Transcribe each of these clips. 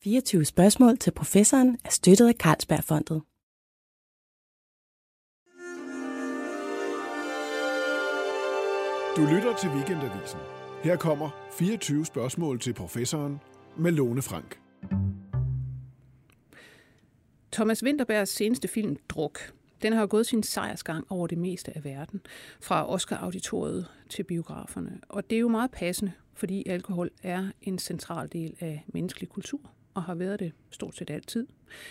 24 spørgsmål til professoren er støttet af Carlsbergfondet. Du lytter til Weekendavisen. Her kommer 24 spørgsmål til professoren med Lone Frank. Thomas Vinterbergs seneste film, Druk, den har gået sin sejrsgang over det meste af verden, fra Oscar-auditoriet til biograferne. Og det er jo meget passende, fordi alkohol er en central del af menneskelig kultur, og har været det stort set altid.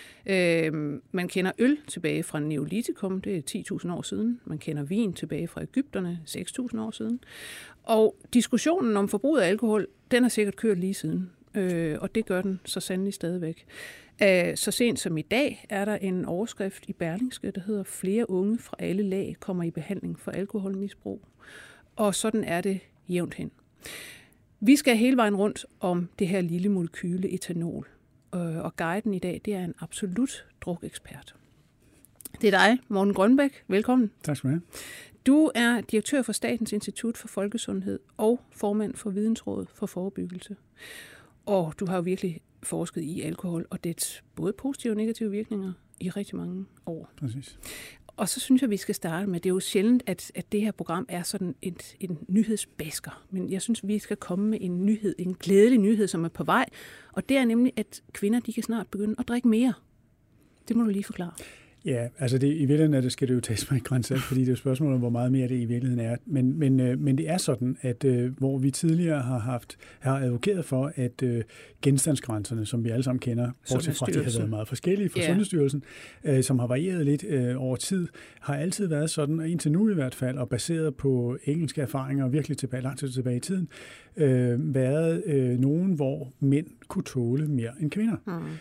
Man kender øl tilbage fra Neolitikum, det er 10.000 år siden. Man kender vin tilbage fra Egypterne, 6.000 år siden. Og diskussionen om forbruget af alkohol, den har sikkert kørt lige siden. Og det gør den så sandelig stadigvæk. Så sent som i dag er der en overskrift i Berlingske, der hedder "Flere unge fra alle lag kommer i behandling for alkoholmisbrug". Og sådan er det jævnt hen. Vi skal hele vejen rundt om det her lille molekyle etanol. Og guiden i dag, det er en absolut drukekspert. Det er dig, Morten Grønbæk. Velkommen. Tak skal du have. Du er direktør for Statens Institut for Folkesundhed og formand for Vidensrådet for Forebyggelse. Og du har jo virkelig forsket i alkohol og dets både positive og negative virkninger i rigtig mange år. Præcis. Og så synes jeg, vi skal starte med, det er jo sjældent, at det her program er sådan en nyhedsbasker. Men jeg synes, vi skal komme med en nyhed, en glædelig nyhed, som er på vej. Og det er nemlig, at kvinder de kan snart begynde at drikke mere. Det må du lige forklare. Ja, altså i virkeligheden skal det jo tages med et grænsalt, fordi det er jo spørgsmålet om, hvor meget mere det i virkeligheden er. Men det er sådan, at hvor vi tidligere har advokeret for, at genstandsgrænserne, som vi alle sammen kender, bortset fra, at de har været meget forskellige fra Sundhedsstyrelsen, som har varieret lidt over tid, har altid været sådan, og indtil nu i hvert fald, og baseret på engelske erfaringer, virkelig lang tid tilbage i tiden, været nogen, hvor mænd kunne tåle mere end kvinder.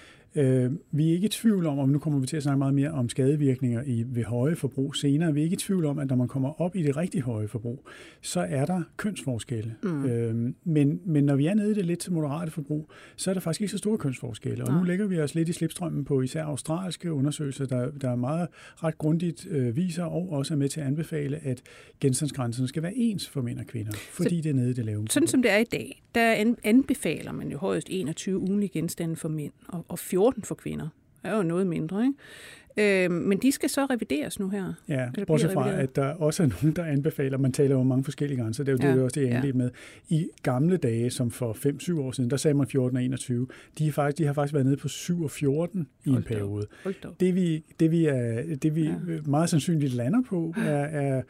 Vi er ikke i tvivl om, og nu kommer vi til at snakke meget mere om skadevirkninger ved høje forbrug senere, vi er ikke i tvivl om, at når man kommer op i det rigtig høje forbrug, så er der kønsforskelle. Men når vi er nede i det lidt til moderate forbrug, så er der faktisk ikke så store kønsforskelle. Og nu lægger vi os lidt i slipstrømmen på især australske undersøgelser, der meget ret grundigt viser og også er med til at anbefale, at genstandsgrænserne skal være ens for mænd og kvinder, fordi det er nede i det lave. Sådan som det er i dag, der anbefaler man jo højst 21 ugenlige genstande for mænd og 14 for kvinder. Det er jo noget mindre, ikke? Men de skal så revideres nu her. Ja, bortset fra, at der også er nogen, der anbefaler, man taler om mange forskellige grænser, det er jo også det, jeg indledte med. I gamle dage, som for 5-7 år siden, der sagde man 14 og 21. De har faktisk været nede på 7 og 14 i en periode. Det vi meget sandsynligt lander på, er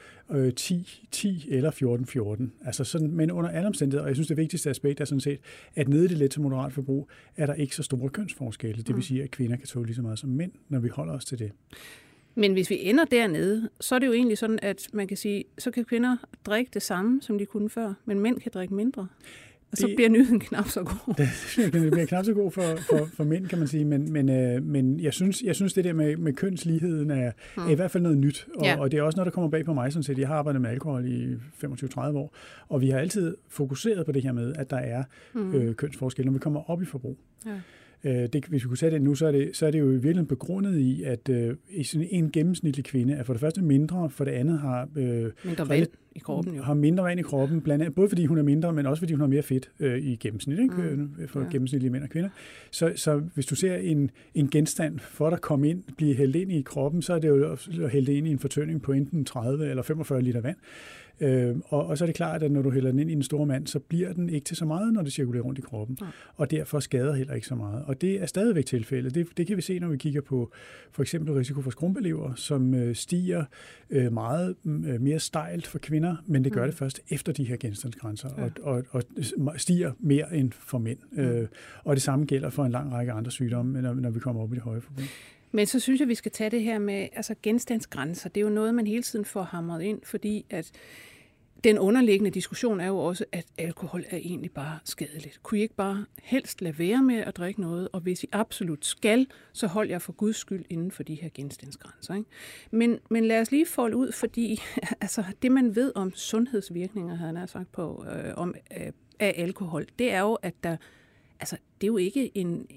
10 eller 14. Altså sådan, men under alle omstændigheder, og jeg synes, det vigtigste aspekt er sådan set, at nede i det let til moderat forbrug, er der ikke så store kønsforskelle. Det vil sige, at kvinder kan tåle lige så meget som mænd, når vi holder os til det. Men hvis vi ender dernede, så er det jo egentlig sådan, at man kan sige, så kan kvinder drikke det samme, som de kunne før, men mænd kan drikke mindre. Og så bliver nyheden knap så god. Det bliver knap så god for mænd, kan man sige. Men jeg synes det der med kønsligheden er i hvert fald noget nyt. Og det er også noget, der kommer bag på mig. Sådan set. Jeg har arbejdet med alkohol i 25-30 år. Og vi har altid fokuseret på det her med, at der er kønsforskelle, når vi kommer op i forbrug. Ja. Hvis vi kunne sætte det nu, så er det jo i virkeligheden begrundet i, at sådan en gennemsnitlig kvinde er for det første mindre, for det andet har mindre vand i kroppen. Har mindre vand i kroppen, blandt andet, både fordi hun er mindre, men også fordi hun har mere fedt i gennemsnit, ikke? For gennemsnitlige mænd og kvinder. Så hvis du ser en genstand for at komme ind, blive hældt ind i kroppen, så er det jo hældt ind i en fortynding på enten 30 eller 45 liter vand. Og så er det klart, at når du hælder den ind i en stor mand, så bliver den ikke til så meget, når det cirkulerer rundt i kroppen. Og derfor skader heller ikke så meget. Og det er stadigvæk tilfældet. Det kan vi se, når vi kigger på for eksempel risiko for skrumpelever, som stiger meget mere stejlt for kvinder, men det gør det først efter de her genstandsgrænser, og stiger mere end for mænd. Og det samme gælder for en lang række andre sygdomme, når vi kommer op i det høje forbrug. Men så synes jeg, vi skal tage det her med genstandsgrænser. Det er jo noget, man hele tiden får hamret ind, fordi at den underliggende diskussion er jo også, at alkohol er egentlig bare skadeligt. Kunne I ikke bare helst lade være med at drikke noget, og hvis I absolut skal, så hold jer for Guds skyld inden for de her genstandsgrænser. Ikke? Men lad os lige folde ud, fordi det man ved om sundhedsvirkninger, havde jeg sagt på, af alkohol, det er jo, at der det er jo ikke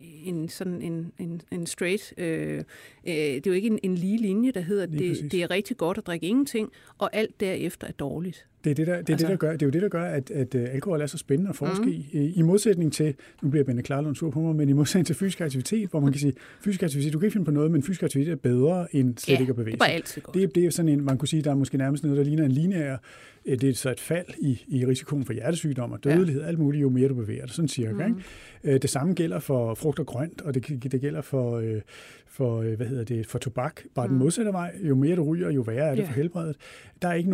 en straight, det er jo ikke en lige linje, der hedder, det er rigtig godt at drikke ingenting, og alt derefter er dårligt. Det er jo det, der gør, at alkohol er så spændende at forske i modsætning til, nu bliver Bente Klarlund sur på mig, men i modsætning til fysisk aktivitet, hvor man kan sige, fysisk aktivitet, du kan ikke finde på noget, men fysisk aktivitet er bedre end slet ikke at bevæge sig. Det er bare altid godt. Det er sådan en, man kunne sige, der er måske nærmest noget, der ligner en lineær, det er så et fald i risikoen for hjertesygdom og dødelighed, alt muligt, jo mere du bevæger dig, sådan cirka. Ikke? Det samme gælder for frugt og grønt, og det gælder for tobak, bare den modsatte vej. Jo mere du ryger, jo værre er det for helbredet. Der er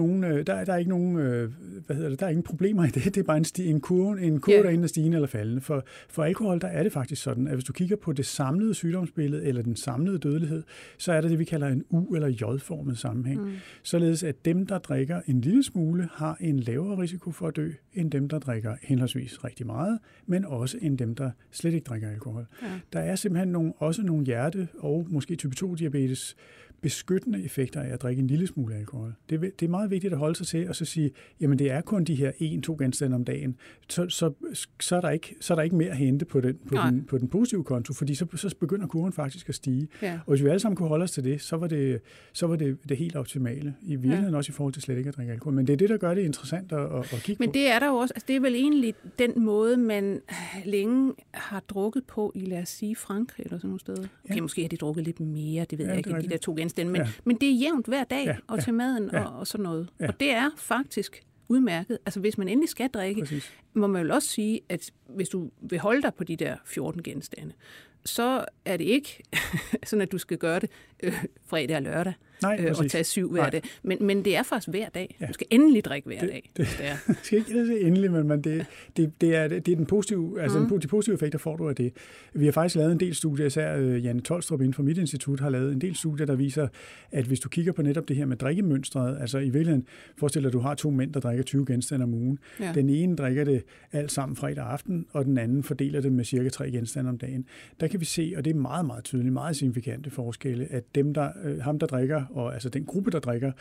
ingen problemer i det. Det er bare en kurve, der enten er stigende eller faldende. For alkohol, der er det faktisk sådan, at hvis du kigger på det samlede sygdomsbillede eller den samlede dødelighed, så er det vi kalder en U- eller J-formet sammenhæng. Således at dem, der drikker en lille smule, har en lavere risiko for at dø, end dem, der drikker henholdsvis rigtig meget, men også end dem, der slet ikke drikker alkohol. Ja. Der er simpelthen også nogle hjerte- og måske type 2-diabetes beskyttende effekter af at drikke en lille smule alkohol. Det er meget vigtigt at holde sig til og så sige, jamen det er kun de her 1-2 genstande om dagen. Så er der ikke mere at hente på den positive konto, fordi så begynder kurven faktisk at stige. Ja. Og hvis vi alle sammen kunne holde os til det, så var det helt optimale. I virkeligheden også i forhold til slet ikke at drikke alkohol. Men det er det, der gør det interessant at kigge på. Men det er der jo også. Altså, det er vel egentlig den måde, man længe har drukket på i, lad os sige, Frankrig eller sådan nogle steder. Okay, måske har de drukket lidt mere, det ved jeg ikke, de der 2 genstande. Men det er jævnt hver dag og til maden og sådan noget. Ja. Og det er faktisk udmærket. Altså hvis man endelig skal drikke, må man jo også sige, at hvis du vil holde dig på de der 14 genstande, så er det ikke sådan, at du skal gøre det fredag og lørdag. Og tage 7 hver dag. Men det er faktisk hver dag. Du skal endelig drikke hver dag. Det skal ikke endelig, men det er den positive, altså de positive effekter får du af det. Vi har faktisk lavet en del studier, især Janne Tolstrup inden for mit institut har lavet en del studier, der viser, at hvis du kigger på netop det her med drikkemønstret, altså i virkeligheden forestiller at du har 2 mænd, der drikker 20 genstande om ugen. Ja. Den ene drikker det alt sammen fredag aften, og den anden fordeler det med cirka 3 genstande om dagen. Der kan vi se, og det er meget, meget tydeligt, meget signifikante forskelle, at ham, der drikker, og altså den gruppe, der drikker,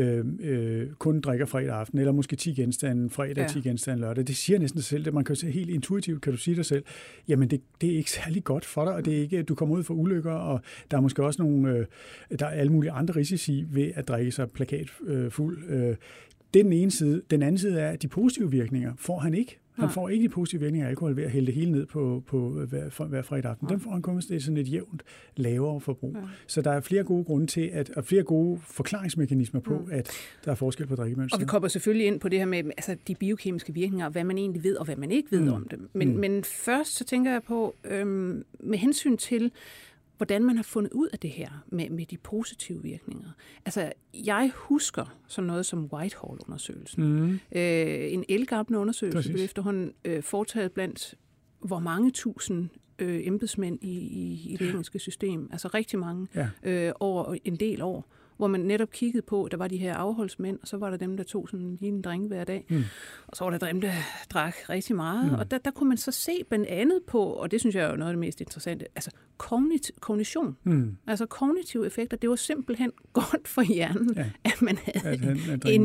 kun drikker fredag aften, eller måske 10 genstande fredag, 10 genstande lørdag. Det siger næsten sig selv. Det man kan se helt intuitivt, kan du sige dig selv, jamen det er ikke særlig godt for dig, og det er ikke, du kommer ud for ulykker, og der er måske også der er alle mulige andre risici ved at drikke sig plakatfuld. Det er den ene side. Den anden side er, at de positive virkninger får han ikke. Han får ikke de positive virkninger af alkohol ved at hælde det hele ned på hver fredag aften. Den får han kun, hvis det er sådan et jævnt lavere forbrug. Ja. Så der er flere gode grunde til, og flere gode forklaringsmekanismer på, at der er forskel på drikkemønster. Og vi kommer selvfølgelig ind på det her med de biokemiske virkninger, hvad man egentlig ved, og hvad man ikke ved om dem. Men først så tænker jeg på, med hensyn til, hvordan man har fundet ud af det her med de positive virkninger. Altså, jeg husker sådan noget som Whitehall-undersøgelsen. En ældgammel undersøgelse blev efterhånden foretaget blandt hvor mange tusind embedsmænd i det engelske system. Altså rigtig mange over en del år, hvor man netop kiggede på, der var de her afholdsmænd, og så var der dem, der tog sådan lige en drink hver dag. Og så var der dem, der drak rigtig meget. Og der kunne man så se blandt andet på, og det synes jeg er jo noget af det mest interessante, altså kognition. Altså kognitive effekter. Det var simpelthen godt for hjernen, at man havde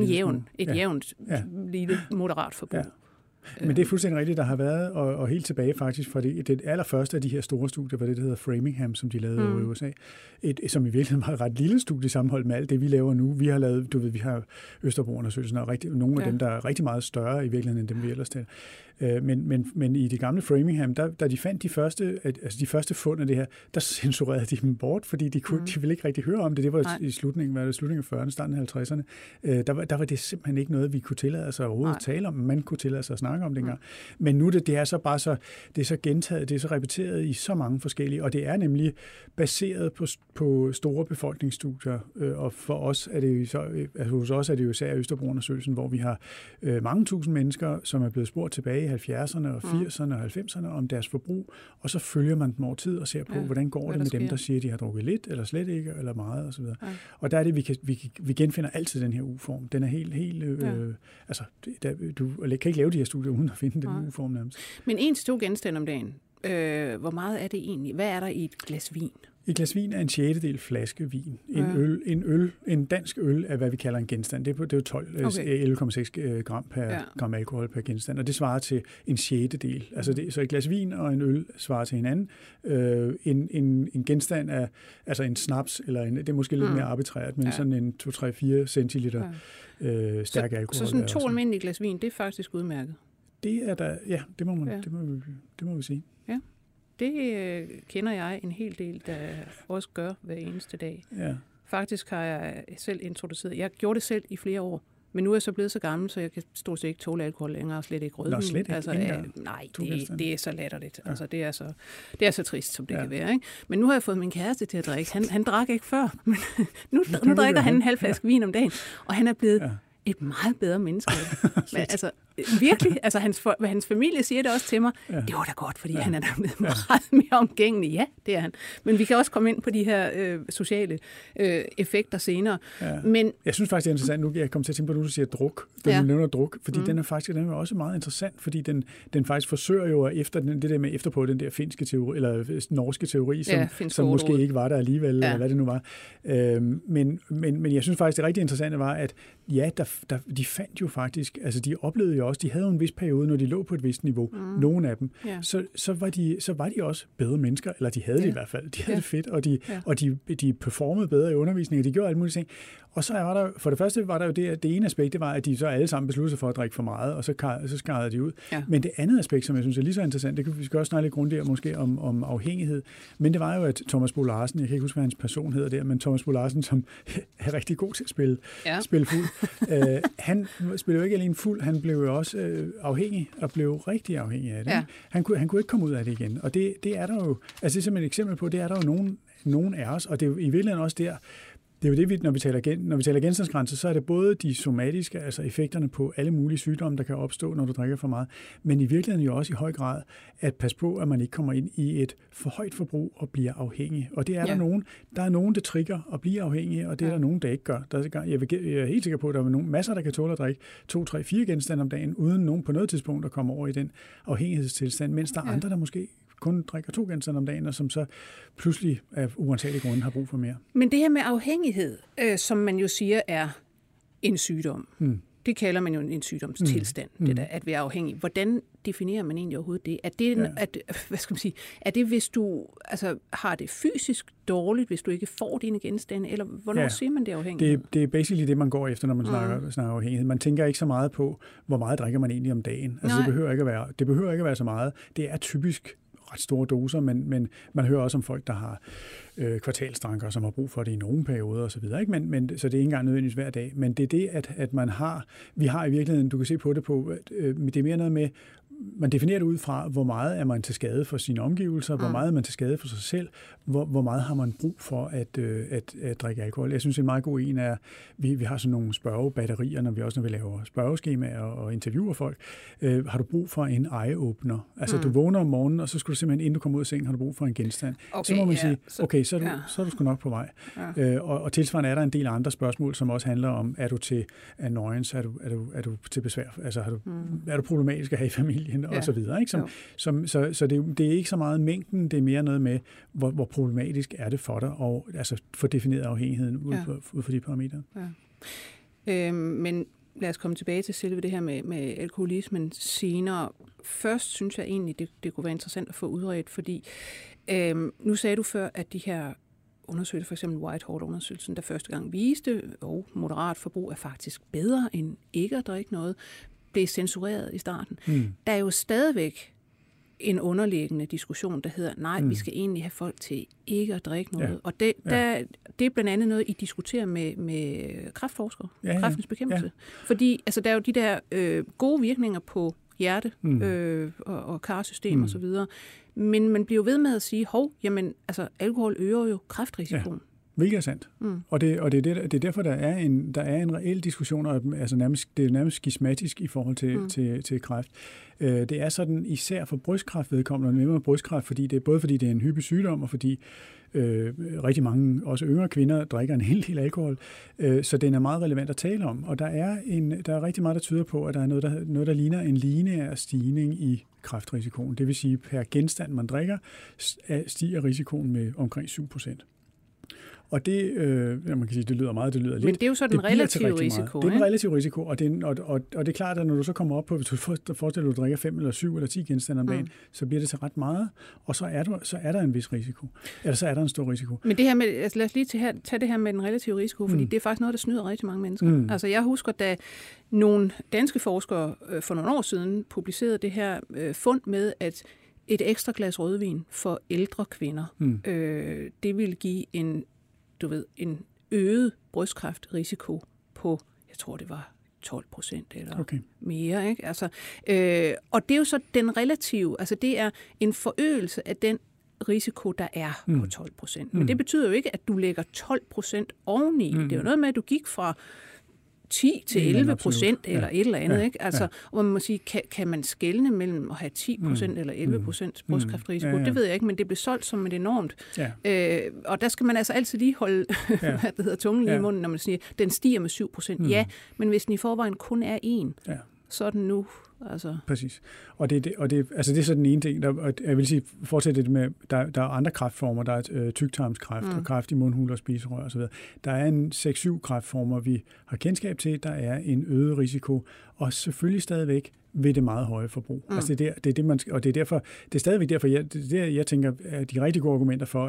et jævnt lille moderat forbrug. Ja. Men det er fuldstændig rigtigt, der har været, og helt tilbage faktisk fra det allerførste af de her store studier, var det, der hedder Framingham, som de lavede i USA, som i virkeligheden var et ret lille studie sammenholdt med alt det, vi laver nu. Vi har lavet, vi har Østerbro-undersøgelsen, og nogle af dem, der er rigtig meget større i virkeligheden, end dem vi ellers tager. Men i det gamle Framingham, da de fandt de første fund af det her, der censurerede de dem bort, fordi de ville ikke rigtig høre om det. Det var i slutningen af 40'erne, starten af 50'erne. Der var det simpelthen ikke noget, vi kunne tillade os overhovedet at tale om. Man kunne tillade sig at snakke om det engang. Men nu det er så bare det er så gentaget, det er så repeteret i så mange forskellige, og det er nemlig baseret på store befolkningsstudier. Og for os er det jo så, altså hos os er det jo især Østerbro-undersøgelsen, hvor vi har mange tusind mennesker, som er blevet spurgt tilbage i 70'erne og 80'erne og 90'erne om deres forbrug, og så følger man dem over tid og ser på, hvordan går det med dem, der siger, at de har drukket lidt, eller slet ikke, eller meget, osv. Og der er det, vi genfinder altid den her U-form. Den er helt altså, du kan ikke lave de her studier, uden at finde den U-form nærmest. Men 1-2 genstande om dagen, hvor meget er det egentlig? Hvad er der i et glas vin? Et glas vin er en 6/6 flaske vin. En dansk øl er, hvad vi kalder en genstand. Det er jo 11,6 gram per gram alkohol per genstand, og det svarer til en 6/6. Altså så et glas vin og en øl svarer til hinanden. En genstand er altså en snaps, eller det er måske lidt mere arbitrært, men sådan en 2-3-4 centiliter stærk alkohol. Så sådan 2 almindelige glas vin, det er faktisk udmærket? Det er der, ja, det må vi sige. Ja. Det kender jeg en hel del, der også gør hver eneste dag. Ja. Faktisk har jeg selv introduceret. Jeg gjorde det selv i flere år, men nu er jeg så blevet så gammel, så jeg kan stort set ikke tåle alkohol længere, og slet ikke rødvin. Nå, slet ikke? Altså, nej, det er så latterligt. Ja. Altså, det er så trist, som det kan være. Ikke? Men nu har jeg fået min kæreste til at drikke. Han drak ikke før, men nu drikker han en halv flaske vin om dagen, og han er blevet et meget bedre menneske. Men, altså, virkelig, altså hans familie siger det også til mig, det var da godt, fordi han er da blevet meget mere omgængelig. Ja, det er han. Men vi kan også komme ind på de her sociale effekter senere. Ja. Men jeg synes faktisk, det er interessant, nu jeg kommer til at tænke på, at du siger druk. Du nævner druk, fordi den er også meget interessant, fordi den faktisk forsøger jo efter det der med efterpå den der finske teori, eller norske teori, som måske ikke var der alligevel, eller hvad det nu var. Men jeg synes faktisk, det rigtig interessante var, at de fandt jo faktisk, altså de oplevede jo også, de havde jo en vis periode, når de lå på et vist niveau, nogle af dem, så var de også bedre mennesker, eller de havde det i hvert fald. De havde det fedt, og de performede bedre i undervisningen, og de gjorde alle mulige ting. Og så var der, for det første var der jo det ene aspekt, det var, at de så alle sammen besluttede sig for at drikke for meget, og så skarrede de ud. Ja. Men det andet aspekt, som jeg synes er lige så interessant, det kan vi også snakke lidt grundigere måske om afhængighed, men det var jo, at Thomas Bo Larsen, jeg kan ikke huske, hvad hans person hedder der, men Thomas Bo Larsen, som er rigtig god til at spille fuld, han spillede jo ikke alene fuld, han blev jo også afhængig, og blev rigtig afhængig af det. Ja. Han kunne ikke komme ud af det igen, og det er der jo, altså det er som et eksempel på, det er der jo nogen af os, og det er jo i virkeligheden også der. Det er jo det, når vi taler genstandsgrænser, så er det både de somatiske, altså effekterne på alle mulige sygdomme, der kan opstå, når du drikker for meget, men i virkeligheden jo også i høj grad at passe på, at man ikke kommer ind i et for højt forbrug og bliver afhængig. Og det er der er nogen, der trigger og bliver afhængige, og det er der nogen, der ikke gør. Jeg er helt sikker på, at der er masser, der kan tåle at drikke 2, 3, 4 genstande om dagen, uden nogen på noget tidspunkt at komme over i den afhængighedstilstand, mens der er andre, der måske kun drikker 2 genstande om dagen, og som så pludselig af uansagelige grunde har brug for mere. Men det her med afhængighed, som man jo siger er en sygdom, det kalder man jo en sygdomstilstand, det der, at være afhængig. Hvordan definerer man egentlig overhovedet det? Er det hvis du har det fysisk dårligt, hvis du ikke får dine genstande, eller hvornår siger man det afhængighed? Det er basically det, man går efter, når man snakker afhængighed. Man tænker ikke så meget på, hvor meget drikker man egentlig om dagen. Altså, det behøver ikke at være så meget. Det er typisk ret store doser, men man hører også om folk, der har kvartalstanker, som har brug for det i nogle perioder osv. Så det er ikke engang nødvendigvis hver dag. Men det er det, at man har, vi har i virkeligheden, du kan se på det på, det er mere noget med, man definerer det ud fra, hvor meget er man til skade for sine omgivelser, hvor meget er man til skade for sig selv, hvor meget har man brug for at drikke alkohol. Jeg synes, en meget god en er, vi har sådan nogle spørgebatterier, når vi laver spørgeskemaer og interviewer folk. Har du brug for en eye-opener? Altså, du vågner om morgenen, og så skulle du simpelthen, inden du kommer ud af sengen, har du brug for en genstand. Okay, så må man sige, okay, så er du sgu nok på vej. Ja. Og tilsvarende er der en del andre spørgsmål, som også handler om, er du til annoyance, er du til besvær, altså er du problematisk at have i familien, og så videre. Ikke? Så det er ikke så meget mængden, det er mere noget med, hvor problematisk er det for dig, og altså få defineret afhængigheden ud for de parametre. Ja. Men lad os komme tilbage til selve det her med alkoholismen senere. Først synes jeg egentlig, det kunne være interessant at få udredt, fordi nu sagde du før, at de her undersøgelser, for eksempel Whitehall-undersøgelsen, der første gang viste, moderat forbrug er faktisk bedre end ikke at drikke noget, blev censureret i starten. Der er jo stadigvæk en underliggende diskussion, der hedder, vi skal egentlig have folk til ikke at drikke noget. Ja. Og det er blandt andet noget, I diskuterer med kræftforskere, kræftens bekæmpelse. Ja. Fordi der er jo de der gode virkninger på hjerte og karsystem og så videre. Men man bliver jo ved med at sige, alkohol øger jo kræftrisikoen. Hvilket er sandt. Og det er derfor, der er en reel diskussion, altså det er nærmest skismatisk i forhold til kræft. Det er sådan især for brystkræft vedkommende, og brystkræft, fordi det er en hyppig sygdom, og fordi rigtig mange, også yngre kvinder, drikker en hel del alkohol, så den er meget relevant at tale om. Og der er rigtig meget, der tyder på, at der er noget, der ligner en lineær stigning i kræftrisikoen. Det vil sige, per genstand, man drikker, stiger risikoen med omkring 7%. Og det, man kan sige, det lyder meget, det lyder lidt. Men det er jo så den relative risiko. Det er en relativ risiko, og det er klart, at når du så kommer op på, hvis du forestiller, at du drikker 5 eller 7 eller 10 genstande om dagen, så bliver det til ret meget, og så er der en vis risiko. Eller så er der en stor risiko. Men det her med, altså lad os lige tage det her med den relative risiko, fordi det er faktisk noget, der snyder rigtig mange mennesker. Altså jeg husker, da nogle danske forskere for nogle år siden publicerede det her fund med, at et ekstra glas rødvin for ældre kvinder, det ville give en øget brystkræftrisiko på, jeg tror det var 12% eller mere. Ikke? Altså, og det er jo så den relative, altså det er en forøgelse af den risiko, der er på 12%. Men det betyder jo ikke, at du lægger 12% oveni. Det er jo noget med, at du gik fra 10 til 11% eller et eller andet. Ikke? Altså, og man må sige, kan man skelne mellem at have 10% eller 11% brystkræftrisiko? Det ved jeg ikke, men det blev solgt som et enormt. Og der skal man altså altid lige holde tungen lige i munden, når man siger, den stiger med 7%. Ja, men hvis den i forvejen kun er 1, så er den nu. Altså. Præcis. Og det er så den ene ting. Jeg vil sige, fortsætte det med, der er andre kræftformer. Der er tyktarmskræft og kræft i mundhul og spiserør osv. Der er en 6-7 kræftformer, vi har kendskab til. Der er en øget risiko, og selvfølgelig stadigvæk ved det meget høje forbrug. Altså det er det man, og det er derfor, det er stadigvæk derfor, jeg tænker, at de rigtig gode argumenter for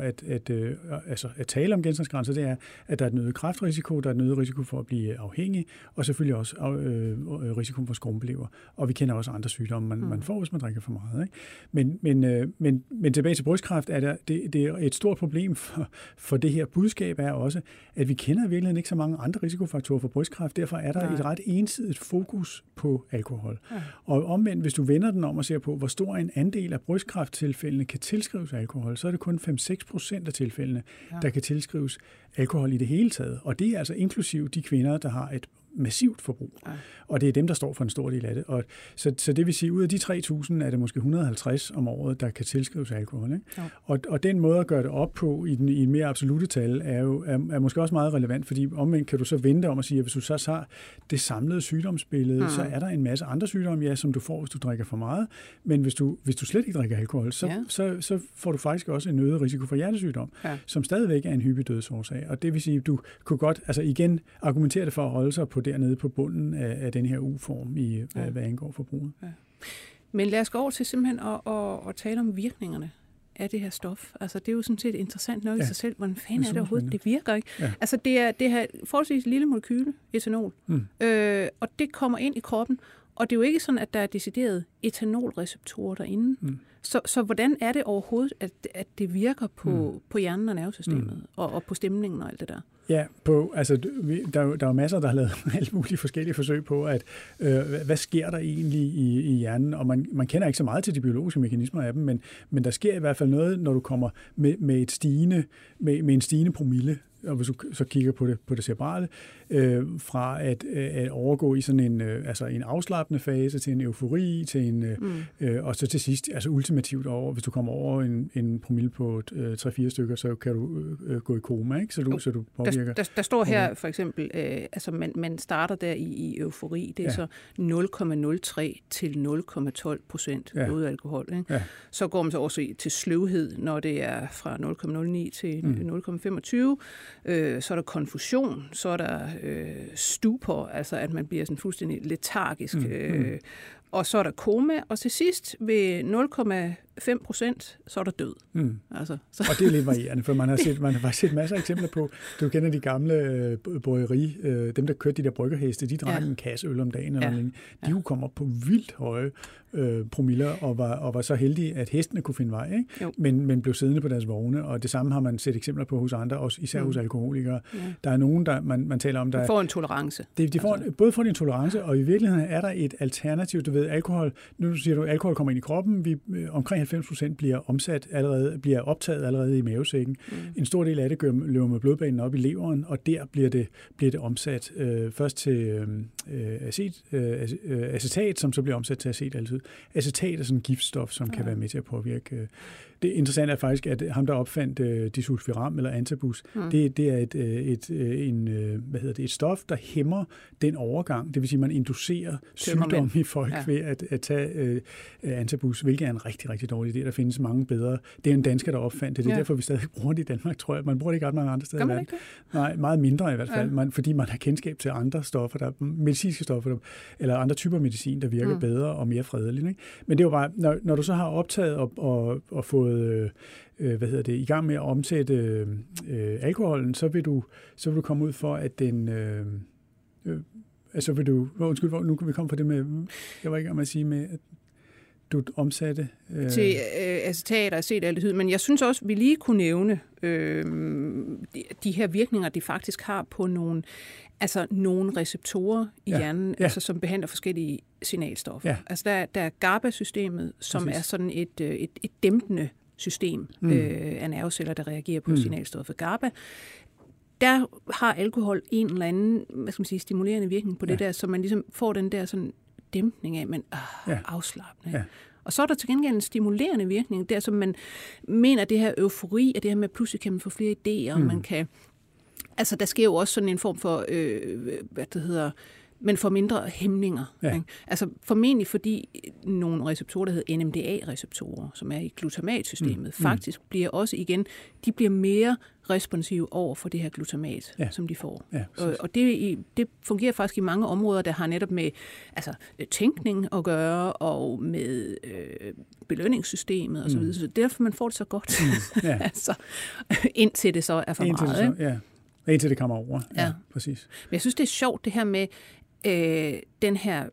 at tale om genstandsgrænser, det er, at der er en øget kræftrisiko, der er en øget risiko for at blive afhængig, og selvfølgelig også risiko for skrumpelever. Og vi kender også andre sygdomme, man får, hvis man drikker for meget. Ikke? Men tilbage til brystkræft, det er et stort problem for det her budskab er også, at vi kender i virkeligheden ikke så mange andre risikofaktorer for brystkræft. Derfor er der et ret ensidigt fokus på alkohol. Og omvendt, hvis du vender den om og ser på, hvor stor en andel af brystkræfttilfældene kan tilskrives alkohol, så er det kun 5-6% af tilfældene, der kan tilskrives alkohol i det hele taget. Og det er altså inklusiv de kvinder, der har et massivt forbrug. Og det er dem, der står for en stor del af det. Og så det vil sige, at ud af de 3.000 er det måske 150 om året, der kan tilskrives alkohol. Ikke? Og den måde at gøre det op på i en mere absolute tal er måske også meget relevant, fordi omvendt kan du så vente om at sige, at hvis du så har det samlede sygdomsbillede, så er der en masse andre sygdomme, som du får, hvis du drikker for meget. Men hvis du slet ikke drikker alkohol, så får du faktisk også en øget risiko for hjertesygdom, som stadigvæk er en hyppig dødsårsag. Og det vil sige, at du kunne godt igen argumentere det for at holde sig på dernede på bunden af den her U-form, hvad angår forbruget. Ja. Men lad os gå over til simpelthen at tale om virkningerne af det her stof. Altså, det er jo sådan set interessant nok i sig selv. Hvordan fanden er det overhovedet? Det virker ikke. Ja. Altså, det er forholdsvis lille molekyle, etanol, og det kommer ind i kroppen, og det er jo ikke sådan, at der er decideret etanolreceptorer derinde. Så hvordan er det overhovedet, at det virker på hjernen og nervesystemet, og på stemningen og alt det der? Ja, der er masser, der har lavet alle mulige forskellige forsøg på, at hvad sker der egentlig i hjernen, og man kender ikke så meget til de biologiske mekanismer af dem, men der sker i hvert fald noget, når du kommer med en stigende promille, og hvis du så kigger på det cerebrale, fra at overgå i sådan en afslappende fase til en eufori, til og så til sidst, altså ultimativt over, hvis du kommer over en promille på 3-4 stykker, så kan du gå i koma, ikke? Så du påvirker. Der står her for eksempel, man starter der i eufori, det er så 0,03 til 0,12% blodalkohol. Ikke? Ja. Så går man så også til sløvhed, når det er fra 0,09 til 0,25. Så er der konfusion, så er der stupor, altså at man bliver sådan fuldstændig letargisk. Og så er der koma, og til sidst ved 0,5%, så er der død. Altså, så. Og det er lidt varierende, for man har faktisk set masser af eksempler på, du kender de gamle bryggeri, dem der kørte de der bryggerheste, de drak en kasse øl om dagen, eller de kunne komme op på vildt høje promiller, og var så heldige, at hestene kunne finde vej, ikke? Men blev siddende på deres vogne, og det samme har man set eksempler på hos andre, også især hos alkoholikere. Der er nogen, der man taler om, der får en tolerance. Både får en tolerance, og i virkeligheden er der et alternativ, du ved, ved, alkohol, nu siger du, alkohol kommer ind i kroppen, omkring 90% bliver optaget allerede i mavesækken. En stor del af det løber med blodbanen op i leveren, og der bliver det omsat først til acetat, som så bliver omsat til acetaldehyd. Acetat er sådan en giftstof, som kan være med til at påvirke. Det interessante er faktisk, at ham, der opfandt disulfiram eller antabus, det er et stof, der hæmmer den overgang. Det vil sige, at man inducerer sygdom i folk ved at tage antabus, hvilket er en rigtig, rigtig dårlig idé. Der findes mange bedre. Det er en dansker, der opfandt det. Det er derfor, vi stadig bruger det i Danmark, tror jeg. Man bruger det ikke ret mange andre steder i verden. Nej, meget mindre i hvert fald, fordi man har kendskab til andre stoffer, medicinske stoffer, eller andre typer medicin, der virker bedre og mere fredeligt. Ikke? Men det er jo bare, når du så har optaget og fået i gang med at omsætte alkoholen, så vil du komme ud for, at den nu kan vi komme fra det med, jeg var ikke om at sige med, at du omsatte til acetat og acetaldehyd, men jeg synes også, vi lige kunne nævne de her virkninger, de faktisk har på nogle receptorer i hjernen, som behandler forskellige signalstoffer. Ja. Altså der er GABA-systemet, som er sådan et dæmpende system af nerveceller, der reagerer på signalstoffet GABA. Der har alkohol en eller anden, stimulerende virkning på det der, så man ligesom får den der sådan dæmpning af, men afslappende. Ja. Og så er der til gengæld en stimulerende virkning, der som man mener, det her eufori, at det her med, pludselig kan man få flere idéer, og man kan. Altså, der sker jo også sådan en form for, men for mindre hæmninger. Ja. Ikke? Altså, formentlig fordi nogle receptorer, der hedder NMDA-receptorer, som er i glutamatsystemet, faktisk bliver også igen, de bliver mere responsive over for det her glutamat, som de får. Ja, og det fungerer faktisk i mange områder, der har netop med tænkning at gøre, og med belønningssystemet osv. Så derfor man får det så godt. Indtil det så er for meget. Indtil det kommer over. Ja, præcis. Men jeg synes, det er sjovt, det her med den her,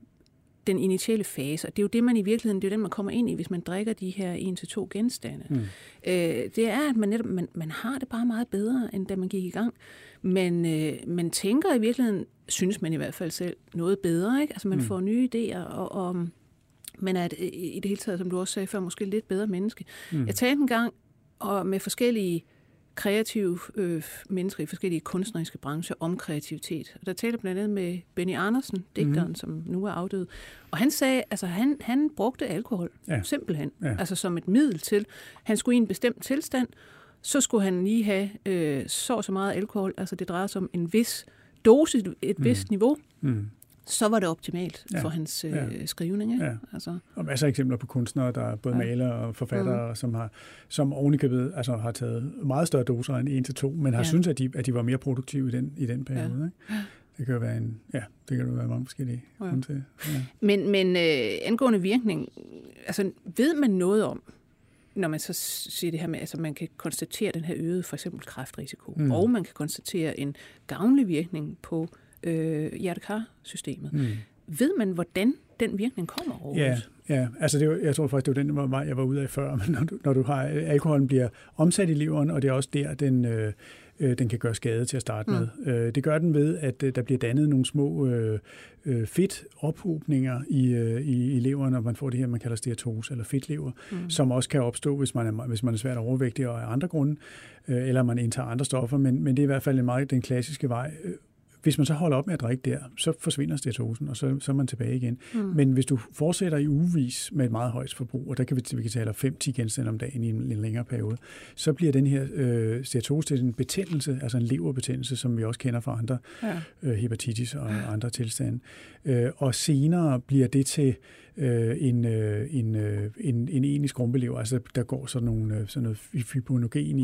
den initiale fase. Det er jo det, man i virkeligheden, det er den, man kommer ind i, hvis man drikker de her 1-2 genstande. Det er, at man har det bare meget bedre, end da man gik i gang. Men man tænker i virkeligheden, synes man i hvert fald selv, noget bedre. Ikke? Altså man får nye idéer, og man er i det hele taget, som du også sagde før, måske lidt bedre menneske. Jeg talte en gang med forskellige kreative mennesker i forskellige kunstneriske brancher om kreativitet. Og der talte blandt andet med Benny Andersen, digteren, som nu er afdød. Og han sagde, han brugte alkohol, simpelthen, som et middel til. Han skulle i en bestemt tilstand, så skulle han lige have så meget alkohol, altså det drejer sig om en vis dosis, et vist niveau. Så var det optimalt for hans skrivning. Ikke? Ja. Og masser af eksempler på kunstnere, der er både malere og forfattere, som ovenikøbet har taget meget større doser end 1-2, men har syntes, at de var mere produktive i den periode. Ikke? Det kan jo være det kan jo være mange forskellige grunde til. Ja. Men angående virkning, ved man noget om, når man så siger det her med, man kan konstatere den her øgede, for eksempel kræftrisiko, og man kan konstatere en gavnlig virkning på hjertekar-systemet. Ved man, hvordan den virkning kommer over? Ja. Jeg tror faktisk, det var den vej, jeg var ude af før, men når du har alkoholen bliver omsat i leveren, og det er også der, den kan gøre skade til at starte med. Det gør den ved, at der bliver dannet nogle små fedtophobninger i leveren, og man får det her, man kalder steatose eller fedtlever, som også kan opstå, hvis man er svært overvægtig og af andre grunde, eller man indtager andre stoffer, men det er i hvert fald meget den klassiske vej. Hvis man så holder op med at drikke der, så forsvinder steatosen, og så er man tilbage igen. Men hvis du fortsætter i ugevis med et meget højt forbrug, og der kan vi tale 5-10 genstande om dagen i en længere periode, så bliver den her steatose til en betændelse, altså en leverbetændelse, som vi også kender fra andre hepatitis og andre tilstande. Og senere bliver det til en egentlig skrumpelever, altså der går sådan noget fibronogen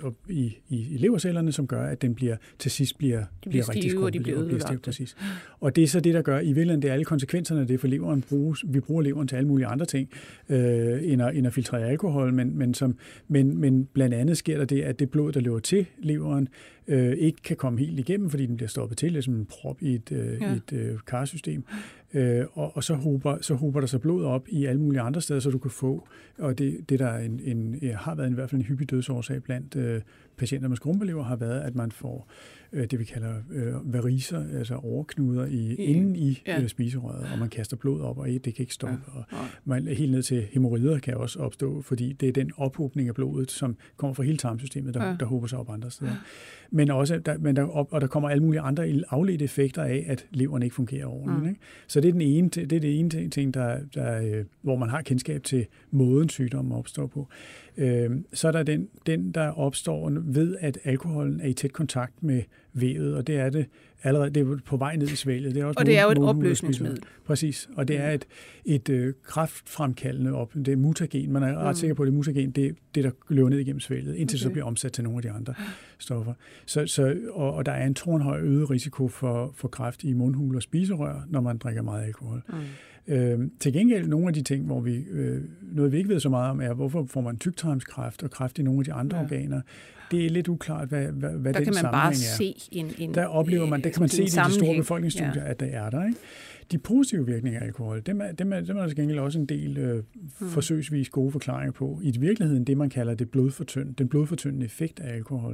i levercellerne, som gør, at den til sidst bliver rigtig skrumpelever. Præcis. Og det er så det, der gør, i virkeligheden, det er alle konsekvenserne af det, for leveren vi bruger leveren til alle mulige andre ting, end at filtrere alkohol, men blandt andet sker der det, at det blod, der løber til leveren, ikke kan komme helt igennem, fordi den bliver stoppet til, ligesom en prop i et karsystem. Og så hober der sig blod op i alle mulige andre steder, så du kan få, og det der har været i hvert fald en hyppig dødsårsag blandt patienter med skrumpelever, har været, at man får det, vi kalder varicer, altså overknuder inden i spiserøret, og man kaster blod op, og det kan ikke stoppe. Og man, helt ned til hæmorrider kan også opstå, fordi det er den ophobning af blodet, som kommer fra hele tarmsystemet, der hober sig op andre steder. Men også, der kommer alle mulige andre afledte effekter af, at leveren ikke fungerer ordentligt. Ikke? Så det er det ene ting, der, hvor man har kendskab til måden sygdommen opstår på. Så er der den, der opstår ved, at alkoholen er i tæt kontakt med vævet, og det er det allerede, det er på vej ned i svælget. Det er også og det er jo et opløsningsmiddel. Præcis, og det er et kræftfremkaldende det er mutagen. Man er ret sikker på, at det mutagen, det der løber ned igennem svælget, indtil det så bliver omsat til nogle af de andre stoffer. Og der er en tårnhøj øget risiko for kræft i mundhule og spiserør, når man drikker meget alkohol. Til gengæld nogle af de ting, hvor noget vi ikke ved så meget om, er, hvorfor får man tyktarmskræft og kræft i nogle af de andre organer. Det er lidt uklart, hvad den sammenhæng er. Der kan man bare se der oplever man, det kan man se i de store befolkningsstudier, at der er der. Ikke? De positive virkninger af alkohol, dem er der til gengæld også en del forsøgsvis gode forklaringer på. I virkeligheden det, man kalder den blodfortyndende effekt af alkohol,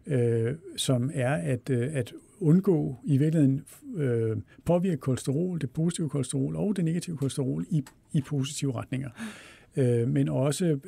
som er at undgå i virkeligheden påvirke kolesterol, det positive kolesterol og det negative kolesterol i positive retninger. Men også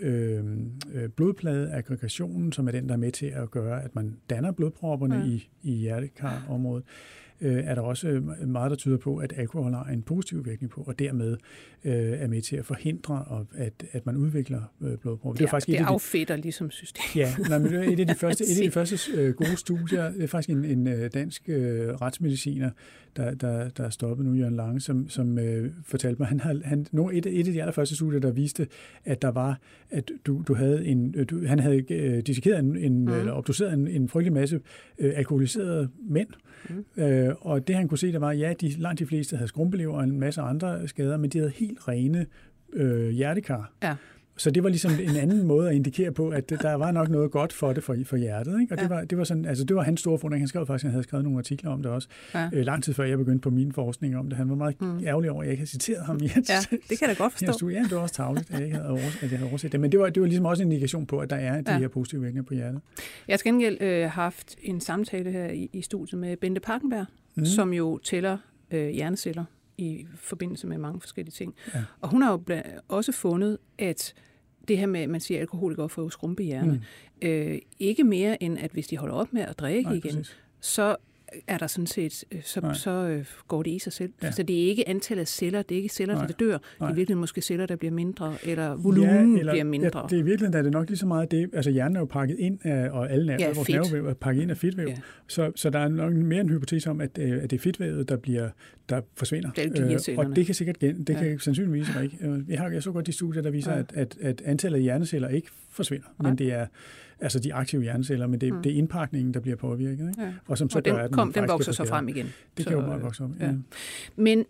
blodpladeaggregationen, som er den, der er med til at gøre, at man danner blodpropperne i hjertekarområdet, er der også meget, der tyder på, at alkohol har en positiv virkning på, og dermed er med til at forhindre, at man udvikler blodpropper. Det affedter ligesom systemet. Ja, et af de første gode studier, det er faktisk en dansk retsmediciner, der er stoppet nu, Jørgen Lange, som fortalte mig, et af de allerførste studier, der viste, at der var, at han havde dissekeret eller obduceret en frygtelig masse alkoholiserede mænd, og det han kunne se, der var, langt de fleste havde skrumpelever og en masse andre skader, men de havde helt rene hjertekar. Ja. Så det var ligesom en anden måde at indikere på, at der var nok noget godt for det for hjertet. Ikke? Og det var sådan, altså det var hans store fundering. Han skrev faktisk, han havde skrevet nogle artikler om det også. Lang tid før jeg begyndte på min forskning om det. Han var meget ærgerlig over, at jeg ikke havde citeret ham i hans. Ja, det kan jeg da godt forstå. Ja, det var også tarveligt, at jeg havde overset det. Men det var ligesom også en indikation på, at der er de her positive virkninger på hjertet. Jeg har til gengæld haft en samtale her i studiet med Bente Pakkenberg, som jo tæller hjerneceller i forbindelse med mange forskellige ting. Ja. Og hun har jo også fundet, at det her med, at man siger, at alkoholikere får skrumpehjerne, ikke mere end, at hvis de holder op med at drikke igen, præcis. Så er der sådan set, så går det i sig selv. Ja. Så det er ikke antallet af celler, det er ikke celler, der dør. Det er virkelig måske celler, der bliver mindre, eller volumen bliver mindre. Ja, det er virkelig, er det nok lige så meget det. Altså hjernen er jo pakket ind af, og alle vores nervevæv er pakket ind af fedtvæv. Ja. Så der er nok mere en hypotese om, at det er fedtvævet, der forsvinder. Og det kan sikkert kan sandsynligvis ikke. Jeg så godt de studier, der viser, at antallet af hjerneceller ikke forsvinder, men det er altså de aktive hjerneceller, men det er indpakningen, der bliver påvirket. Ikke? Ja. Og som så gør, at den vokser så frem igen. Det kan jo bare vokse op. Ja. Men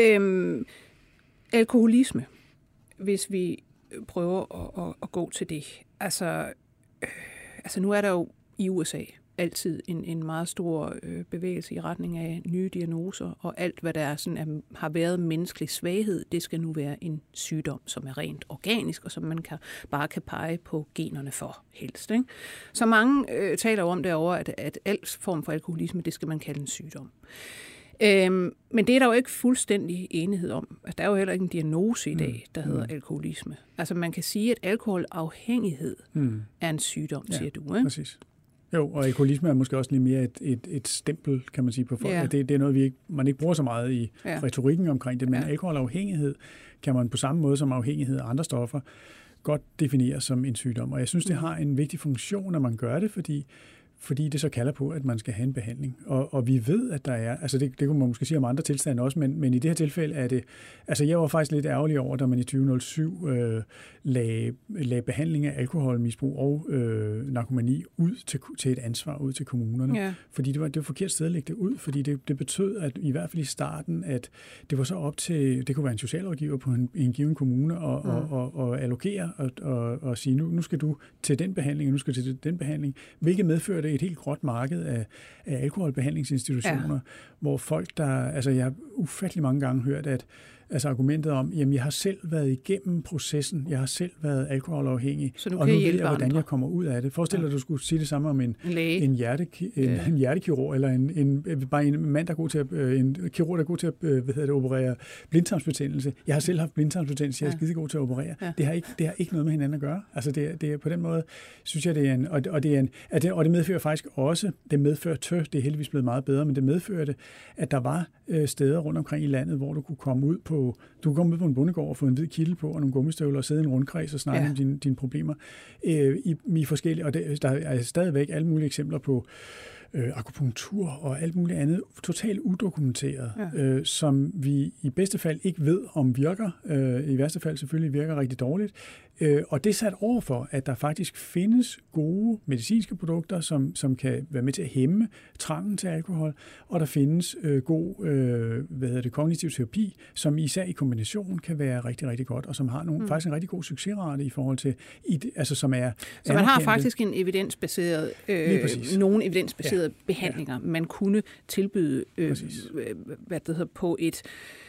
alkoholisme, hvis vi prøver at gå til det. Altså nu er der jo i USA altid en meget stor bevægelse i retning af nye diagnoser, og alt, hvad der er sådan, har været menneskelig svaghed, det skal nu være en sygdom, som er rent organisk, og som man bare kan pege på generne for helst. Ikke? Så mange taler jo om derovre, at al form for alkoholisme, det skal man kalde en sygdom. Men det er der jo ikke fuldstændig enighed om. Der er jo heller ikke en diagnose i dag, der hedder alkoholisme. Altså man kan sige, at alkoholafhængighed er en sygdom, siger du. Ikke? Præcis. Jo, og alkoholisme er måske også lidt mere et stempel, kan man sige, på folk. Ja. Det er noget, man ikke bruger så meget i retorikken omkring det, men alkoholafhængighed kan man på samme måde som afhængighed af andre stoffer godt definere som en sygdom. Og jeg synes, det har en vigtig funktion, at man gør det, fordi det så kalder på, at man skal have en behandling. Og vi ved, at der er, altså det kunne man måske sige om andre tilstande også, men i det her tilfælde er det, altså jeg var faktisk lidt ærgerlig over, da man i 2007 lagde behandling af alkoholmisbrug og narkomani ud til et ansvar ud til kommunerne. Ja. Fordi det var forkert sted at lægge det ud, fordi det betød, at i hvert fald i starten, at det var så op til, det kunne være en socialrådgiver på en given kommune og allokere og sige, nu skal du til den behandling, og nu skal du til den behandling, hvilket medførte, det, et helt gråt marked af alkoholbehandlingsinstitutioner, hvor folk, jeg har ufattelig mange gange hørt, at argumentet om, jamen jeg har selv været igennem processen, jeg har selv været alkoholafhængig, og nu ved jeg, hvordan jeg kommer ud af det. Forestil dig, at du skulle sige det samme om en hjertekirurg, eller en mand, der er god til en kirurg, der er god til at operere blindtarmsbetændelse. Jeg har selv haft blindtarmsbetændelse, jeg er skide god til at operere. Ja. Det har ikke noget med hinanden at gøre. Altså det er på den måde, synes jeg, det er en, og det medfører faktisk også, det er heldigvis blevet meget bedre, men det medførte, at der var steder rundt omkring i landet, hvor du kunne komme ud på en bondegård og få en hvid kittel på og nogle gummistøvler og sidde i en rundkreds og snakke om dine problemer i forskellige, og der er stadigvæk alle mulige eksempler på akupunktur og alt muligt andet, totalt udokumenteret, som vi i bedste fald ikke ved, om virker. I værste fald selvfølgelig virker rigtig dårligt. Og det er sat over for, at der faktisk findes gode medicinske produkter, som kan være med til at hæmme trangen til alkohol, og der findes god kognitiv terapi, som især i kombination kan være rigtig, rigtig godt, og som har faktisk en rigtig god succesrate i forhold til, som er... Så man har faktisk en evidensbaseret, nogle evidensbaserede behandlinger, man kunne tilbyde på et...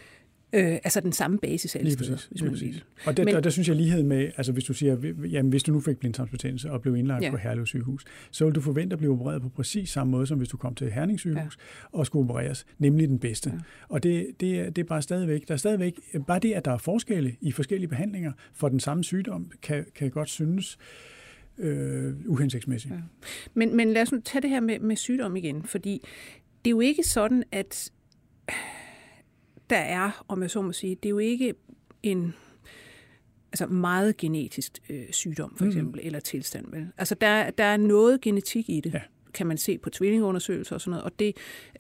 den samme basis alle steder, hvis man vil. Og der synes jeg lighed med, hvis du siger, jamen hvis du nu fik blindtarmsbetændelse og blev indlagt på Herlev sygehus, så vil du forvente at blive opereret på præcis samme måde, som hvis du kom til Herning sygehus og skulle opereres, nemlig den bedste. Ja. Og det er bare stadigvæk, bare det, at der er forskelle i forskellige behandlinger for den samme sygdom, kan godt synes uhensigtsmæssigt. Ja. Men lad os nu tage det her med sygdom igen, fordi det er jo ikke sådan, at der er, om jeg så må sige, det er jo ikke en meget genetisk sygdom, for eksempel, eller tilstand. Vel? Altså, der er noget genetik i det, kan man se på tvillingeundersøgelser og sådan noget, og det,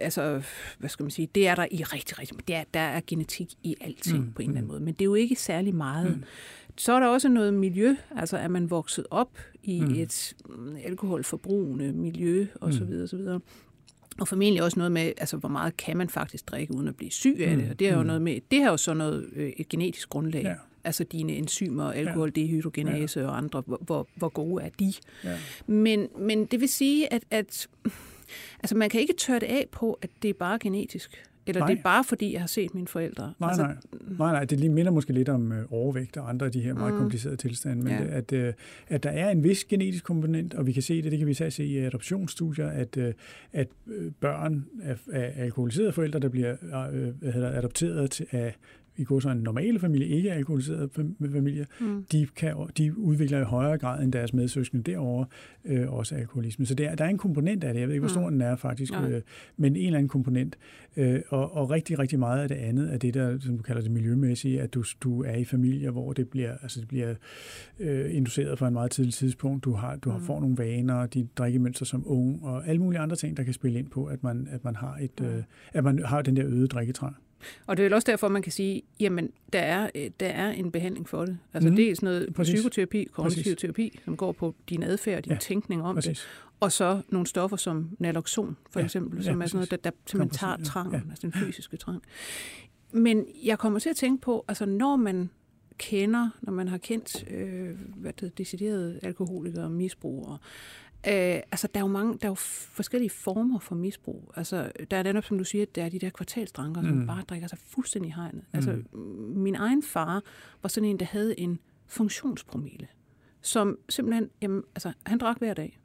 det er der i rigtig, der er genetik i alting på en eller anden måde, men det er jo ikke særlig meget. Så er der også noget miljø, altså er man vokset op i et alkoholforbrugende miljø, og så videre, så videre. Og formentlig også noget med, hvor meget kan man faktisk drikke uden at blive syg af det. Og det har jo noget med, det har jo så noget et genetisk grundlag. Ja. Altså dine enzymer, alkohol, dehydrogenase og andre, hvor gode er de. Ja. Men det vil sige, at man kan ikke tørre det af på, at det er bare genetisk. Eller det er bare fordi, jeg har set mine forældre. Nej, det lige minder måske lidt om overvægt og andre af de her meget komplicerede tilstande, men at der er en vis genetisk komponent, og vi kan se det kan vi især se i adoptionsstudier, at børn af alkoholiserede forældre, der bliver adopteret af i går så en normale familie, ikke alkoholiserede familier, de udvikler i højere grad end deres medsøskende derovre også alkoholisme. Så der er en komponent af det. Jeg ved ikke, hvor stor den er faktisk, men en eller anden komponent. Og rigtig, rigtig meget af det andet er det der, som du kalder det miljømæssige, at du er i familier, hvor det bliver induceret fra en meget tidlig tidspunkt. Du får nogle vaner, dit drikkemønster som ung, og alle mulige andre ting, der kan spille ind på, at man har den der øgede drikketrang. Og det er vel også derfor, man kan sige, jamen, der er en behandling for det. Altså det er sådan noget psykoterapi, kognitiv terapi, som går på din adfærd, din tænkning om det. Og så nogle stoffer som naloxon, for eksempel, som er sådan noget, der simpelthen tager trangen, altså den fysiske trang. Men jeg kommer til at tænke på, altså når man har kendt deciderede alkoholikere og misbrugere, der er jo forskellige former for misbrug. Altså, der er netop, som du siger, der er de der kvartalsdranker, som bare drikker sig fuldstændig i hegnet. Altså, min egen far var sådan en, der havde en funktionspromille, som simpelthen, han drak hver dag.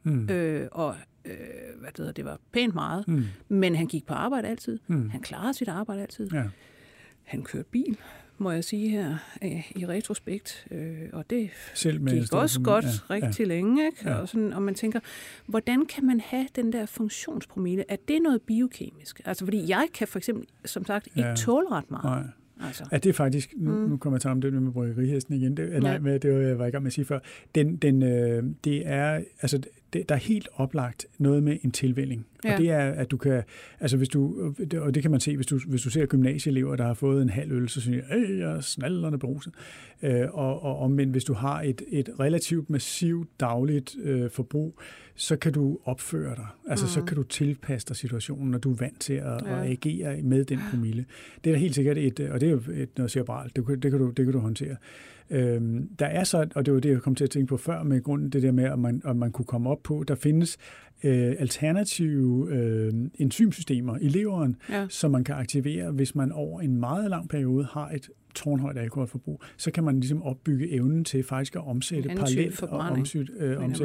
Det var pænt meget, men han gik på arbejde altid. Han klarede sit arbejde altid. Ja. Han kørte bil, må jeg sige her, i retrospekt, og det gik også godt rigtig længe, ikke? Ja. Og man tænker, hvordan kan man have den der funktionspromille? Er det noget biokemisk? Altså, fordi jeg kan for eksempel, som sagt, ikke tåle ret meget. Nej. Altså. Ja, det er faktisk, nu kommer jeg til om det med bryggerihesten igen, det var jeg i gang med at sige før, der er helt oplagt noget med en tilvænning. Ja. Og det er, at du kan, og det kan man se, hvis du ser gymnasieelever, der har fået en halv øl, så synes jeg, jeg er snallerne beruset. Men hvis du har et relativt massivt dagligt forbrug, så kan du opføre dig. Altså, så kan du tilpasse dig situationen, når du er vant til at agere med den promille. Det er da helt sikkert og det er jo noget cerebralt, det kan du håndtere. Der er så, og det var det, jeg kom til at tænke på før, med grunden det der med, om man kunne komme op på, der findes alternative enzymsystemer i leveren, som man kan aktivere, hvis man over en meget lang periode har et tårnhøjt alkoholforbrug, så kan man ligesom opbygge evnen til faktisk at omsætte parallelt og omsætte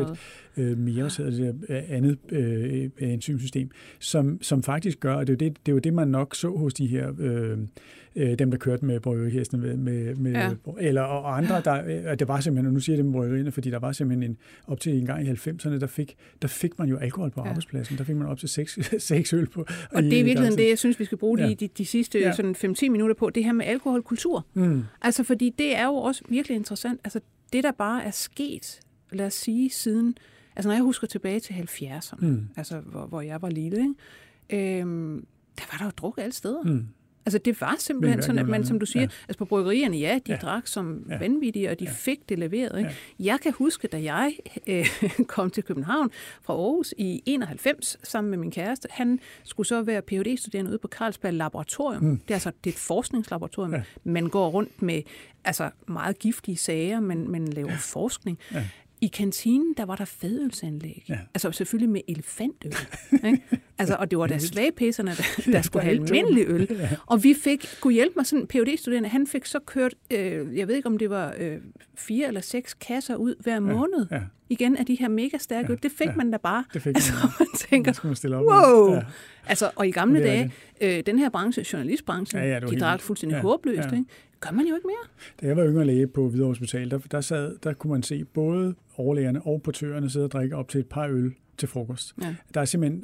mere, så det der andet enzymsystem, som faktisk gør, og det er jo det, man nok så hos de her dem, der kørte med bryggerierne eller og andre, det var simpelthen, og nu siger jeg det med bryggerierne, fordi der var simpelthen op til en gang i 90'erne, der fik man jo alkohol på arbejdspladsen. Der fik man op til 6 øl på. Og det er i virkeligheden det, jeg synes, vi skal bruge de sidste sådan 5-10 minutter på, det her med alkoholkultur. Altså, fordi det er jo også virkelig interessant. Altså, det, der bare er sket, lad os sige, siden, altså når jeg husker tilbage til 70'erne, altså hvor jeg var lille, ikke? Der var der jo druk alle steder. Altså, det var simpelthen sådan, at man, som du siger, altså på bryggerierne, de drak som vanvittige, og de fik det leveret. Ikke? Jeg kan huske, da jeg kom til København fra Aarhus i 91 sammen med min kæreste, han skulle så være Ph.D.-studerende ude på Carlsberg Laboratorium. Det er et forskningslaboratorium. Man går rundt med meget giftige sager, man laver forskning. I kantinen, der var der fadølsanlæg. Altså selvfølgelig med elefantøl. Ikke? Altså, og det var da svagpisserne, der skulle have almindelig øl. Og vi fik, kunne hjælpe mig, sådan en Ph.D.-studerende, han fik så kørt, jeg ved ikke om det var 4 eller 6 kasser ud hver måned. Igen af de her mega stærke øl. Det fik man da bare. Det fik man. Man tænker, wow! Altså, og i gamle dage, den her branche, journalistbranchen, de drak fuldstændig håbløst. Ikke? Gør man jo ikke mere. Da jeg var yngre læge på Hvidovre Hospital, der kunne man se både overlægerne og portørerne sidde og drikke op til et par øl til frokost. Der er simpelthen,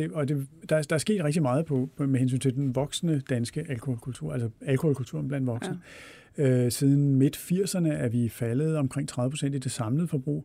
der er sket rigtig meget med hensyn til den voksne danske alkoholkultur, altså alkoholkulturen blandt voksne. Siden midt-80'erne er vi faldet omkring 30% i det samlede forbrug.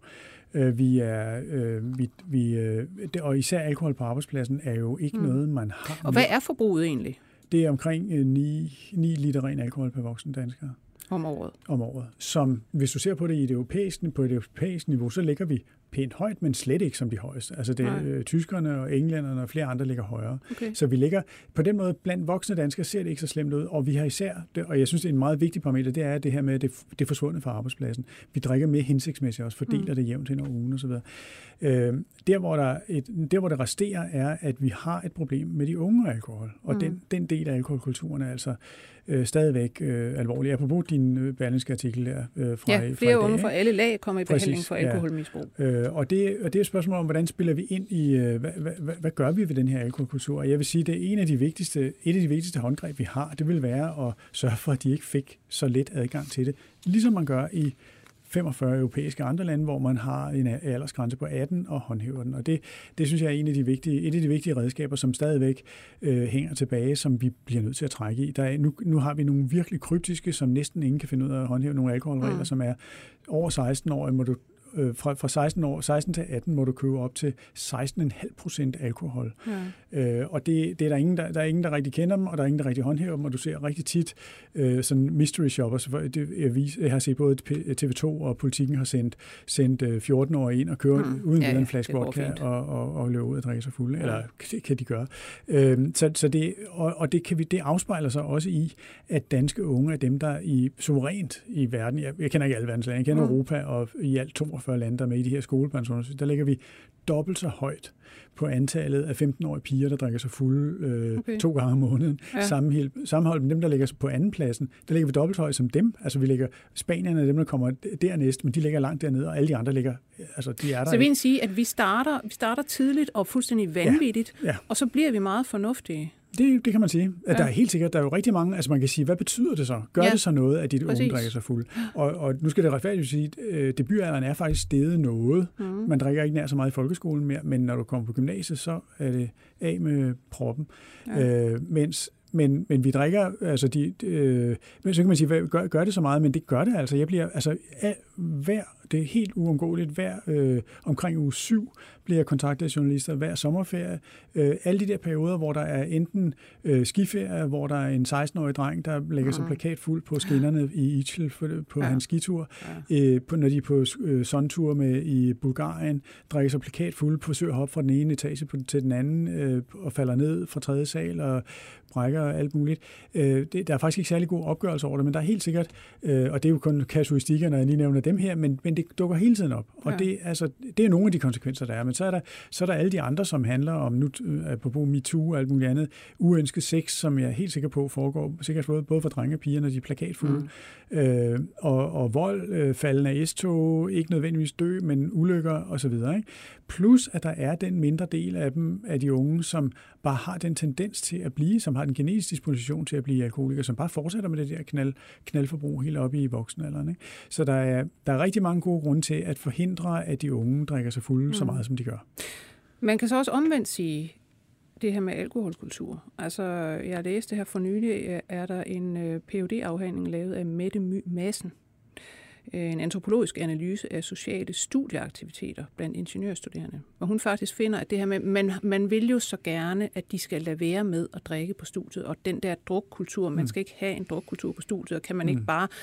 Og især alkohol på arbejdspladsen er jo ikke noget, man har. Og hvad er forbruget egentlig? Det er omkring 9 liter ren alkohol per voksen dansker. Om året? Om året. Som, hvis du ser på det på et europæisk niveau, så ligger vi pænt højt, men slet ikke som de højeste. Altså det tyskerne og englænderne og flere andre ligger højere. Okay. Så vi ligger på den måde blandt voksne danskere ser det ikke så slemt ud, og vi har især, og jeg synes det er en meget vigtig parameter, det er det her med, at det er forsvundet fra arbejdspladsen. Vi drikker mere hensigtsmæssigt også, fordeler det jævnt hen over ugen osv. Der hvor det resterer er, at vi har et problem med de unge alkohol, og den del af alkoholkulturen er altså stadigvæk alvorlig. Apropos din Berlingske artikel der fra flere unge fra alle lag kommer i behandling for alkoholmisbrug. Og det er et spørgsmål om, hvordan spiller vi ind i, hvad gør vi ved den her alkoholkultur? Og jeg vil sige, det er et af de vigtigste håndgreb, vi har. Det vil være at sørge for, at de ikke fik så let adgang til det, ligesom man gør i 45 europæiske andre lande, hvor man har en aldersgrænse på 18 og håndhæver den. Og det synes jeg er et af de vigtige redskaber, som stadigvæk hænger tilbage, som vi bliver nødt til at trække i. Nu har vi nogle virkelig kryptiske, som næsten ingen kan finde ud af at håndhæve, nogle alkoholregler, som er over 16 år, må du fra 16 til 18 må du købe op til 16,5% alkohol. Og det er der er ingen, der rigtig kender dem, og der er ingen, der rigtig håndhæver dem, og du ser rigtig tit sådan mystery shoppers. Jeg har set både TV2 og Politikken har sendt 14-årige ind og kører uden en flaske vodka og løber ud og drikke sig fulde. Eller det kan de gøre. Det afspejler sig også i, at danske unge er dem, der suverænt i verden, jeg kender ikke alle verdens lande, jeg kender Europa og i alt 42 lande, der er med i de her skolepensioner, der ligger vi dobbelt så højt på antallet af 15-årige piger, der drikker sig fulde 2 gange om måneden. Sammenholdt med dem, der ligger på andenpladsen, der ligger vi dobbelt så højt som dem. Altså vi ligger, Spanierne er dem, der kommer dernæst, men de ligger langt dernede, og alle de andre ligger, altså de er der. Så vil jeg sige, at vi starter tidligt og fuldstændig vanvittigt, og så bliver vi meget fornuftige. Det kan man sige. At der er helt sikkert, der er jo rigtig mange, altså man kan sige, hvad betyder det så? Gør det så noget, at de unge drikker sig fuld? Og nu skal det retfærdigt sige, at debutalderen er faktisk steget noget. Man drikker ikke nær så meget i folkeskolen mere, men når du kommer på gymnasiet, så er det af med proppen. Men vi drikker, altså men så kan man sige, gør det så meget, men det gør det altså. det er helt uundgåeligt, omkring uge 7 bliver jeg kontaktet af journalister, hver sommerferie. Alle de der perioder, hvor der er enten skiferie, hvor der er en 16-årig dreng, der lægger sig plakat fuld på skinnerne i Ischl på hans skitur, når de er på sondtur i Bulgarien, drikker sig plakat fuld, forsøger at hoppe fra den ene etage til den anden, og falder ned fra 3. sal og brækker og alt muligt. Der er faktisk ikke særlig god opgørelse over det, men der er helt sikkert, og det er jo kun kasuistikker, når jeg lige nævner dem her, men det dukker hele tiden op. Og det er nogle af de konsekvenser, der er. Men så er der alle de andre, som handler om, nu apropos MeToo og alt muligt andet, uønsket sex, som jeg er helt sikker på foregår, sikkert både for drenge og piger, når de er plakatfulde, og vold, falden af S-tog, ikke nødvendigvis dø, men ulykker osv. Plus, at der er den mindre del af dem, af de unge, som bare har den tendens til at blive, som har den genetiske disposition til at blive alkoholiker, som bare fortsætter med det der knaldforbrug helt op i voksenalderen. Ikke? Så der er rigtig mange gode grunde til at forhindre, at de unge drikker sig fulde så meget, som de gør. Man kan så også omvendt sige, det her med alkoholkultur. Altså, jeg læste her for nylig, er der en Ph.D.-afhandling lavet af Mette My Madsen. En antropologisk analyse af sociale studieaktiviteter blandt ingeniørstuderende. Og hun faktisk finder, at det her med, man vil jo så gerne, at de skal lade være med at drikke på studiet, og den der drukkultur, man skal ikke have en drukkultur på studiet, og kan man ikke bare,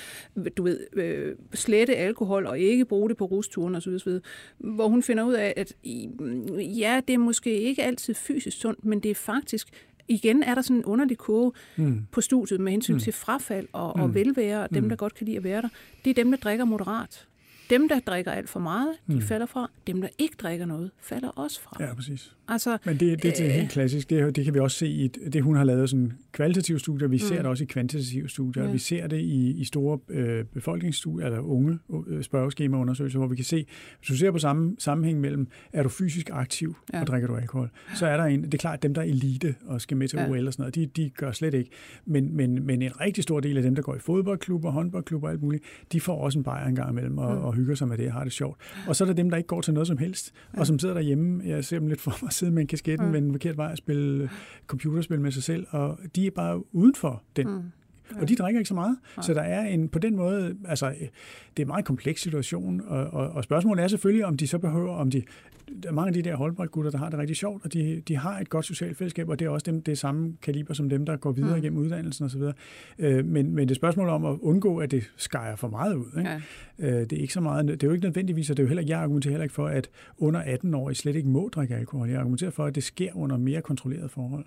slette alkohol og ikke bruge det på rusturen osv. Hvor hun finder ud af, at ja, det er måske ikke altid fysisk sundt, men det er faktisk igen er der sådan en underlig kurve på studiet med hensyn til frafald og velvære, og dem, der godt kan lide at være der. Det er dem, der drikker moderat. Dem, der drikker alt for meget, de falder fra. Dem, der ikke drikker noget, falder også fra. Ja, præcis. Altså, men det er helt klassisk. Det kan vi også se i det, hun har lavet sådan kvalitative studier. Vi ser det også i kvantitative studier. Ja. Vi ser det i store befolkningsstudier, eller unge spørgeskemaundersøgelser, hvor vi kan se, hvis du ser på sammenhæng mellem, er du fysisk aktiv og drikker du alkohol, så er der det er klart, at dem, der er elite og skal med til OL og sådan noget, de gør slet ikke. Men en rigtig stor del af dem, der går i fodboldklubber, håndboldklubber og alt muligt, de får også en bajer en gang imellem og hygger sig med det og har det sjovt. Og så er der dem, der ikke går til noget som helst, og som sidder derhjemme, jeg ser dem lidt for mig, sidde med en kasketten med en forkert vej og spille computerspil med sig selv, og de er bare uden for den. Og de drikker ikke så meget. Så der er på den måde, altså, det er en meget kompleks situation, og spørgsmålet er selvfølgelig, om de så behøver, der er mange af de der håndboldgutter, der har det rigtig sjovt, og de har et godt socialt fællesskab, og det er også det samme kaliber som dem, der går videre igennem uddannelsen osv. Men det er spørgsmålet om at undgå, at det skærer for meget ud. Ikke? Ja. Det er ikke så meget, det er jo ikke nødvendigvis, og det er jo heller ikke, jeg argumenterer heller ikke for, at under 18 år slet ikke må drikke alkohol. Jeg argumenterer for, at det sker under mere kontrolleret forhold.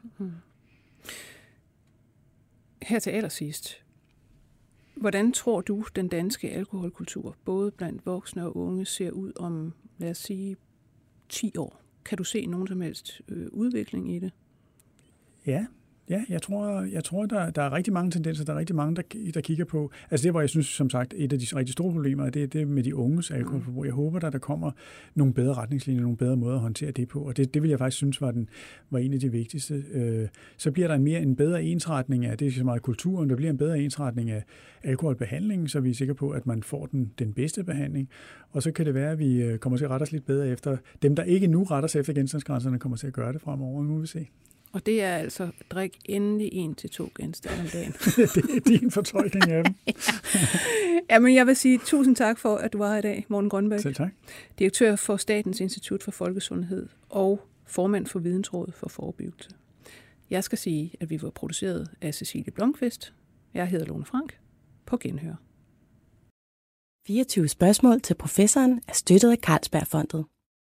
Her til allersidst. Hvordan tror du, den danske alkoholkultur, både blandt voksne og unge, ser ud om, lad os sige, 10 år? Kan du se nogen som helst udvikling i det? Ja, jeg tror der er rigtig mange tendenser, der er rigtig mange, der kigger på. Altså det, hvor jeg synes, som sagt, et af de rigtig store problemer, det er med de unges alkoholforbrug. Jeg håber, der kommer nogle bedre retningslinjer, nogle bedre måder at håndtere det på, og det vil jeg faktisk synes var en af de vigtigste. Så bliver der en bedre ensretning af, det er så meget kulturen, der bliver en bedre ensretning af alkoholbehandlingen, så vi er sikre på, at man får den bedste behandling. Og så kan det være, at vi kommer til at rette os lidt bedre efter dem, der ikke nu retter sig efter genstandsgrænserne, kommer til at gøre det fremover. Nu vil vi se. Og det er altså, drik endelig 1-2 genstande om dagen. Det er din fortolkning af dem. Jamen, jeg vil sige tusind tak for, at du var her i dag, Morten Grønbæk. Selv tak. Direktør for Statens Institut for Folkesundhed og formand for Vidensrådet for Forebyggelse. Jeg skal sige, at vi var produceret af Cecilie Blomqvist. Jeg hedder Lone Frank. På genhør. 24 spørgsmål til professoren er støttet af Carlsbergfondet.